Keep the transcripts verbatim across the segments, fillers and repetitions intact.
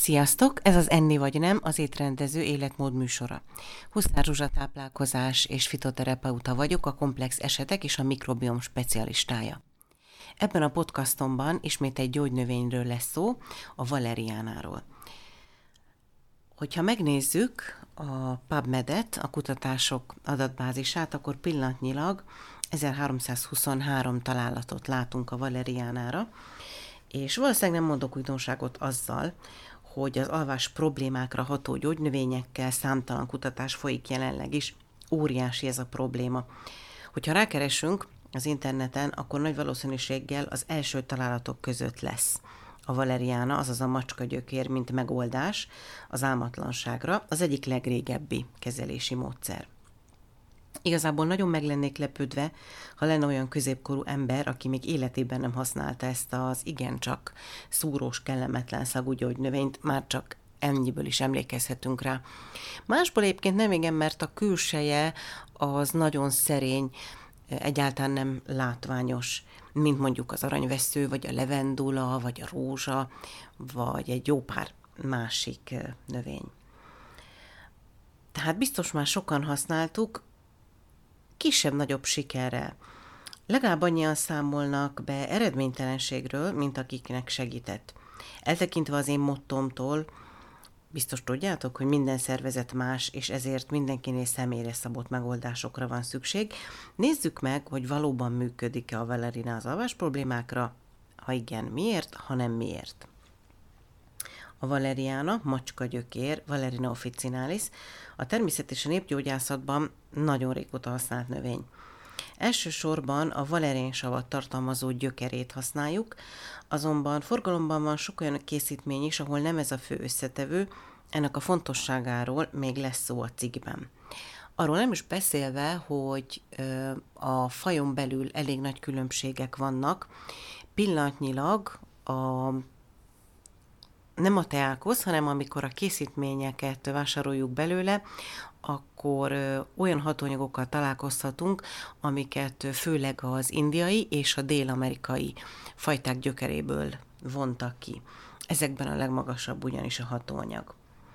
Sziasztok! Ez az Enni vagy nem, az étrendező életmód műsora. Huszár Zsuzsa táplálkozás és fitoterapeuta vagyok, a komplex esetek és a mikrobiom specialistája. Ebben a podcastomban ismét egy gyógynövényről lesz szó, a valeriánáról. Hogyha megnézzük a PubMed-et, a kutatások adatbázisát, akkor pillanatnyilag ezerháromszázhuszonhárom találatot látunk a valeriánára, és valószínűleg nem mondok újdonságot azzal, hogy az alvás problémákra ható gyógynövényekkel számtalan kutatás folyik jelenleg is. Óriási ez a probléma. Hogyha rákeresünk az interneten, akkor nagy valószínűséggel az első találatok között lesz a valeriána, azaz a macskagyökér, mint megoldás az álmatlanságra, az egyik legrégebbi kezelési módszer. Igazából nagyon meg lennék lepődve, ha lenne olyan középkorú ember, aki még életében nem használta ezt az igencsak szúrós, kellemetlen szagú gyógynövényt, már csak ennyiből is emlékezhetünk rá. Másból egyébként nem igen, mert a külseje az nagyon szerény, egyáltalán nem látványos, mint mondjuk az aranyvesző, vagy a levendula, vagy a rózsa, vagy egy jó pár másik növény. Tehát biztos már sokan használtuk, kisebb-nagyobb sikerrel. Legalább annyian számolnak be eredménytelenségről, mint akiknek segített. Eltekintve az én mottomtól, biztos tudjátok, hogy minden szervezet más, és ezért mindenkinél személyre szabott megoldásokra van szükség. Nézzük meg, hogy valóban működik-e a valeriana az alvás problémákra, ha igen, miért, ha nem miért. A valeriana, macskagyökér, Valeriana officinalis, a természet és a népgyógyászatban nagyon régóta használt növény. Elsősorban a valeriánsavat tartalmazó gyökerét használjuk, azonban forgalomban van sok olyan készítmény is, ahol nem ez a fő összetevő, ennek a fontosságáról még lesz szó a cikkben. Arról nem is beszélve, hogy a fajon belül elég nagy különbségek vannak. Pillanatnyilag a nem a teákhoz, hanem amikor a készítményeket vásároljuk belőle, akkor ö, olyan hatóanyagokkal találkozhatunk, amiket főleg az indiai és a dél-amerikai fajták gyökeréből vontak ki. Ezekben a legmagasabb ugyanis a hatóanyag.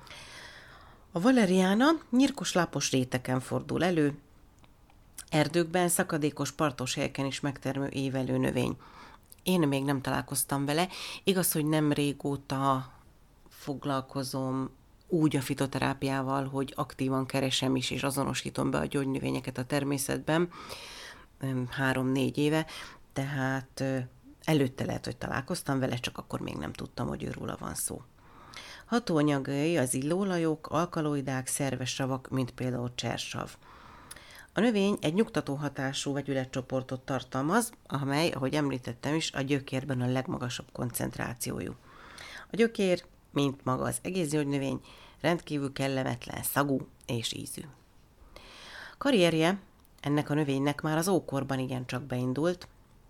A valeriana nyírkos lápos réteken fordul elő, erdőkben, szakadékos partos helyeken is megtermő évelő növény. Én még nem találkoztam vele. Igaz, hogy nem régóta foglalkozom úgy a fitoterápiával, hogy aktívan keresem is, és azonosítom be a gyógynövényeket a természetben, három-négy éve, tehát előtte lehet, hogy találkoztam vele, csak akkor még nem tudtam, hogy őróla van szó. Hatóanyagai az illóolajok, alkaloidák, szerves savak, mint például csersav. A növény egy nyugtató hatású vegyületcsoportot tartalmaz, amely, ahogy említettem is, a gyökérben a legmagasabb koncentrációjú. A gyökér, mint maga az egész gyógynövény, rendkívül kellemetlen szagú és ízű. Karrierje ennek a növénynek már az ókorban igencsak beindult.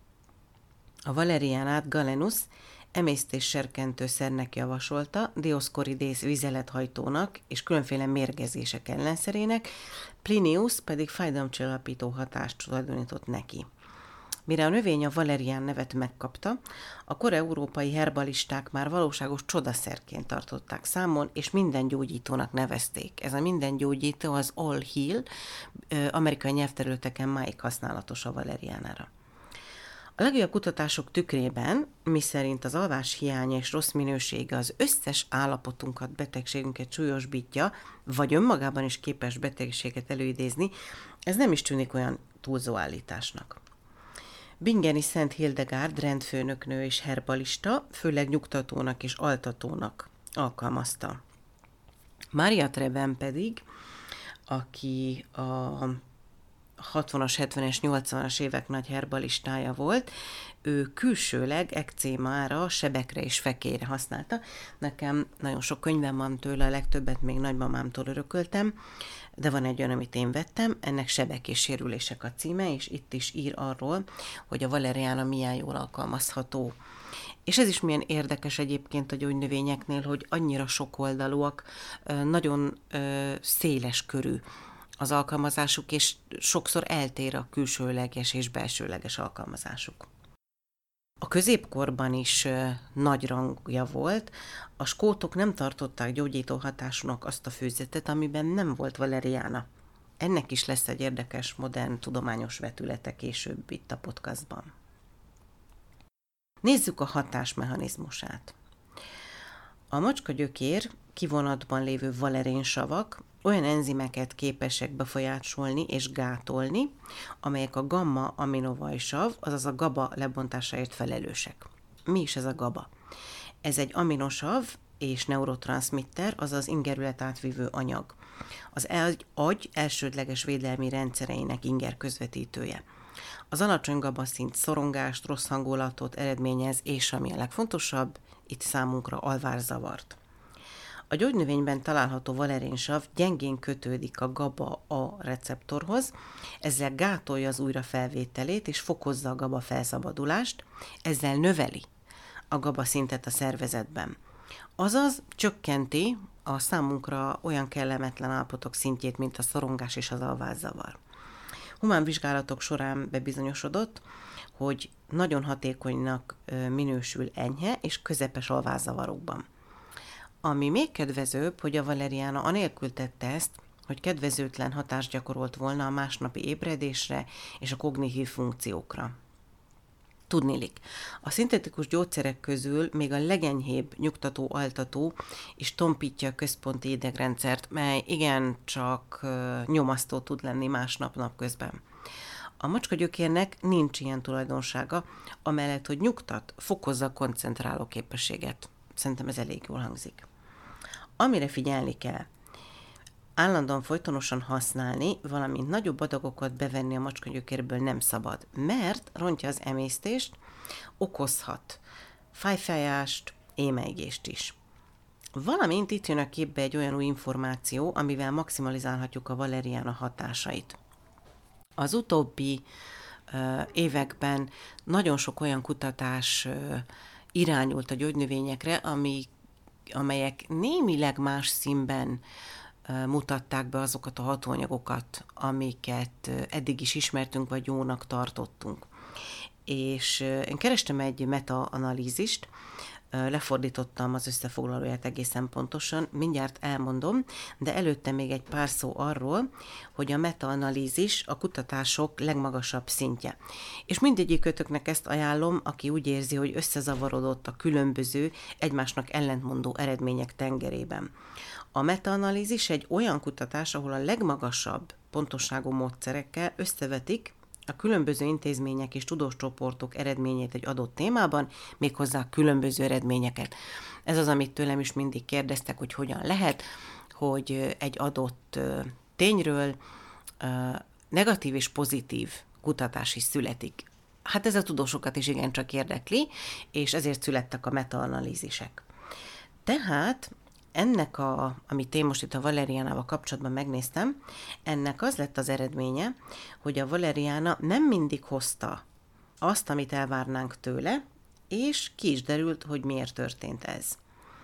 A valerianát Galenus emésztésserkentőszernek javasolta, Dioscorides vizelethajtónak és különféle mérgezések ellenszerének, Plinius pedig fájdalomcsillapító hatást tulajdonított neki. Mire a növény a valerián nevet megkapta, a kor európai herbalisták már valóságos csodaszerként tartották számon, és minden gyógyítónak nevezték. Ez a minden gyógyító az All Heal, amerikai nyelvterületeken máig használatos a valeriánára. A legjobb kutatások tükrében, miszerint az alvás hiánya és rossz minősége az összes állapotunkat, betegségünket súlyosbítja, vagy önmagában is képes betegséget előidézni, ez nem is tűnik olyan túlzó állításnak. Bingeni Szent Hildegárd rendfőnöknő és herbalista, főleg nyugtatónak és altatónak alkalmazta. Mária Treben pedig, aki a hatvanas, hetvenes, nyolcvanas évek nagy herbalistája volt, ő külsőleg ekcémára, sebekre és fekére használta. Nekem nagyon sok könyvem van tőle, a legtöbbet még nagymamámtól örököltem, de van egy olyan, amit én vettem, ennek Sebek és sérülések a címe, és itt is ír arról, hogy a valeriana milyen jól alkalmazható. És ez is milyen érdekes egyébként a gyógynövényeknél, hogy annyira sokoldalúak, nagyon széles körű az alkalmazásuk, és sokszor eltér a külsőleges és belsőleges alkalmazásuk. A középkorban is nagy rangja volt, a skótok nem tartották gyógyító hatásúnak azt a főzetet, amiben nem volt valeriána. Ennek is lesz egy érdekes, modern, tudományos vetülete később itt a podcastban. Nézzük a hatásmechanizmusát. A macskagyökér kivonatban lévő valerinsavak olyan enzimeket képesek befolyásolni és gátolni, amelyek a gamma-aminovajsav, azaz a GABA lebontásáért felelősek. Mi is ez a GABA? Ez egy aminosav és neurotranszmitter, azaz ingerület átvívő anyag. Az agy elsődleges védelmi rendszereinek inger közvetítője. Az alacsony GABA szint szorongást, rossz hangulatot eredményez, és ami a legfontosabb, itt számunkra alvárzavart. A gyógynövényben található valerinsav gyengén kötődik a GABA-A receptorhoz, ezzel gátolja az újrafelvételét és fokozza a GABA felszabadulást, ezzel növeli a GABA szintet a szervezetben. Azaz csökkenti a számunkra olyan kellemetlen állapotok szintjét, mint a szorongás és az alvászavar. Humán vizsgálatok során bebizonyosodott, hogy nagyon hatékonynak minősül enyhe és közepes alvászavarokban. Ami még kedvezőbb, hogy a valeriána anélkül tette ezt, hogy kedvezőtlen hatást gyakorolt volna a másnapi ébredésre és a kognitív funkciókra. Tudniillik, a szintetikus gyógyszerek közül még a legenyhébb nyugtató altató is tompítja a központi idegrendszert, mely igencsak nyomasztó tud lenni másnap napközben. A macskagyökérnek nincs ilyen tulajdonsága, amellett, hogy nyugtat, fokozza a koncentráló képességet. Szerintem ez elég jól hangzik. Amire figyelni kell, állandóan folytonosan használni, valamint nagyobb adagokat bevenni a macskagyökérből nem szabad, mert rontja az emésztést, okozhat fájfájást, émelygést is. Valamint itt jön a képbe egy olyan új információ, amivel maximalizálhatjuk a valeriána hatásait. Az utóbbi uh, években nagyon sok olyan kutatás uh, irányult a gyógynövényekre, ami, amelyek némileg más színben uh, mutatták be azokat a hatóanyagokat, amiket uh, eddig is ismertünk, vagy jónak tartottunk. És uh, én kerestem egy meta-analízist, lefordítottam az összefoglalóját egészen pontosan, mindjárt elmondom, de előtte még egy pár szó arról, hogy a meta-analízis a kutatások legmagasabb szintje. És mindegyikötöknek ezt ajánlom, aki úgy érzi, hogy összezavarodott a különböző, egymásnak ellentmondó eredmények tengerében. A meta-analízis egy olyan kutatás, ahol a legmagasabb pontosságú módszerekkel összevetik a különböző intézmények és tudós csoportok eredményét egy adott témában, méghozzá különböző eredményeket. Ez az, amit tőlem is mindig kérdeztek, hogy hogyan lehet, hogy egy adott tényről negatív és pozitív kutatás is születik. Hát ez a tudósokat is igencsak érdekli, és ezért születtek a meta-analízisek. Tehát ennek, a, amit én most itt a valeriánával kapcsolatban megnéztem, ennek az lett az eredménye, hogy a valeriána nem mindig hozta azt, amit elvárnánk tőle, és ki is derült, hogy miért történt ez.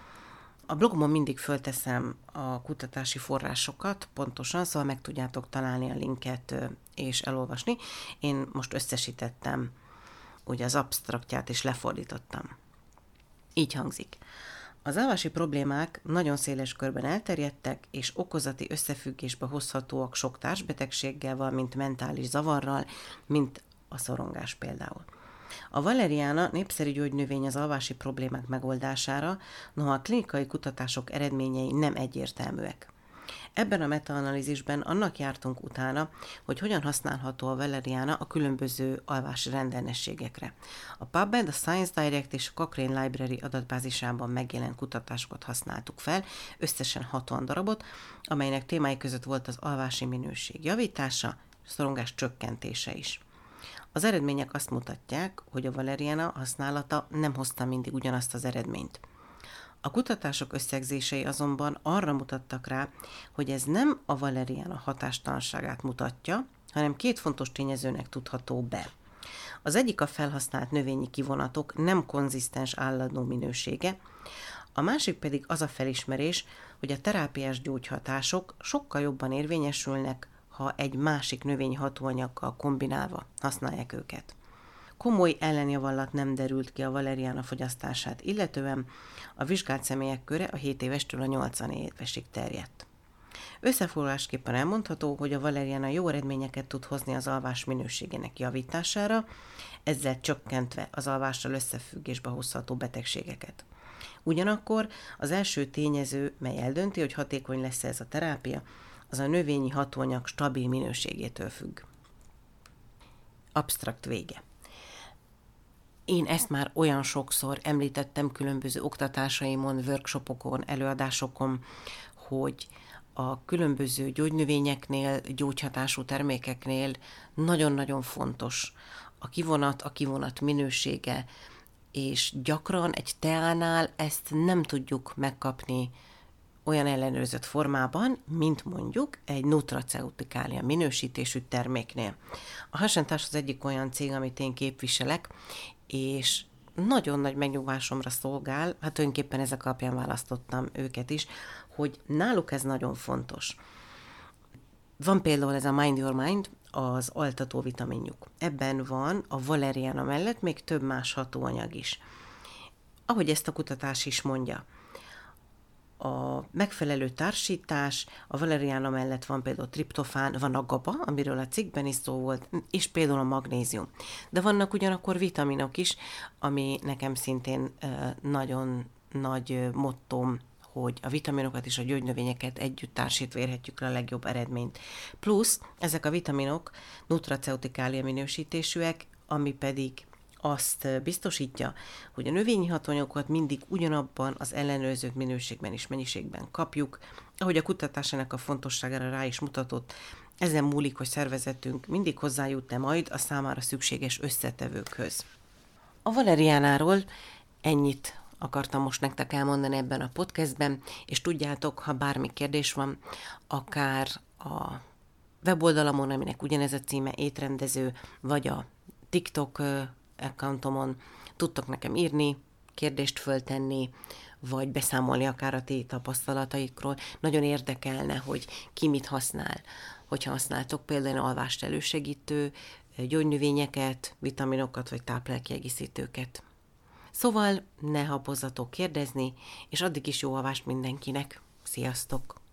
A blogomon mindig fölteszem a kutatási forrásokat pontosan, szóval meg tudjátok találni a linket és elolvasni. Én most összesítettem ugye az absztraktját és lefordítottam. Így hangzik. Az alvási problémák nagyon széles körben elterjedtek, és okozati összefüggésbe hozhatóak sok társbetegséggel, valamint mentális zavarral, mint a szorongás például. A valeriána népszerű gyógynövény az alvási problémák megoldására, noha a klinikai kutatások eredményei nem egyértelműek. Ebben a metaanalízisben annak jártunk utána, hogy hogyan használható a valeriána a különböző alvási rendellenességekre. A PubMed, a Science Direct és a Cochrane Library adatbázisában megjelent kutatásokat használtuk fel, összesen hatvan darabot, amelynek témái között volt az alvási minőség javítása, szorongás csökkentése is. Az eredmények azt mutatják, hogy a valeriána használata nem hozta mindig ugyanazt az eredményt. A kutatások összegzései azonban arra mutattak rá, hogy ez nem a valeriána hatástalanságát mutatja, hanem két fontos tényezőnek tudható be. Az egyik a felhasznált növényi kivonatok nem konzisztens állandó minősége, a másik pedig az a felismerés, hogy a terápiás gyógyhatások sokkal jobban érvényesülnek, ha egy másik növényi hatóanyaggal kombinálva használják őket. Komoly ellenjavallat nem derült ki a valeriana fogyasztását illetően, a vizsgált személyek köre a hét évestől a nyolcvan évesig terjedt. Összefoglalásképpen elmondható, hogy a valeriana jó eredményeket tud hozni az alvás minőségének javítására, ezzel csökkentve az alvással összefüggésbe hozható betegségeket. Ugyanakkor az első tényező, mely eldönti, hogy hatékony lesz ez a terápia, az a növényi hatóanyag stabil minőségétől függ. Absztrakt vége. Én ezt már olyan sokszor említettem különböző oktatásaimon, workshopokon, előadásokon, hogy a különböző gyógynövényeknél, gyógyhatású termékeknél nagyon-nagyon fontos a kivonat, a kivonat minősége, és gyakran egy teánál ezt nem tudjuk megkapni olyan ellenőrzött formában, mint mondjuk egy nutraceutikália minősítésű terméknél. A Hasentás az egyik olyan cég, amit én képviselek, és nagyon nagy megnyugvásomra szolgál, hát tulajdonképpen ezek alapján választottam őket is, hogy náluk ez nagyon fontos. Van például ez a Mind Your Mind, az altató vitaminjuk. Ebben van a valeriana mellett még több más hatóanyag is. Ahogy ezt a kutatás is mondja, a megfelelő társítás, a valeriana mellett van például triptofán, van a gaba, amiről a cikkben is szó volt, és például a magnézium. De vannak ugyanakkor vitaminok is, ami nekem szintén nagyon nagy mottom, hogy a vitaminokat és a gyógynövényeket együtt társítva érhetjük le a legjobb eredményt. Plusz ezek a vitaminok nutraceutikália minősítésűek, ami pedig azt biztosítja, hogy a növényi hatóanyagokat mindig ugyanabban az ellenőrzött minőségben és mennyiségben kapjuk, ahogy a kutatás ennek a fontosságára rá is mutatott, ezen múlik, hogy szervezetünk mindig hozzájut-e majd a számára szükséges összetevőkhöz. A valeriánáról ennyit akartam most nektek elmondani ebben a podcastben, és tudjátok, ha bármi kérdés van, akár a weboldalamon, aminek ugyanez a címe étrendező, vagy a TikTok accountomon tudtok nekem írni, kérdést föltenni, vagy beszámolni akár a ti tapasztalataikról. Nagyon érdekelne, hogy ki mit használ. Hogyha használtok például alvást elősegítő gyógynövényeket, vitaminokat, vagy táplálékkiegészítőket. Szóval ne habozzatok kérdezni, és addig is jó alvást mindenkinek. Sziasztok!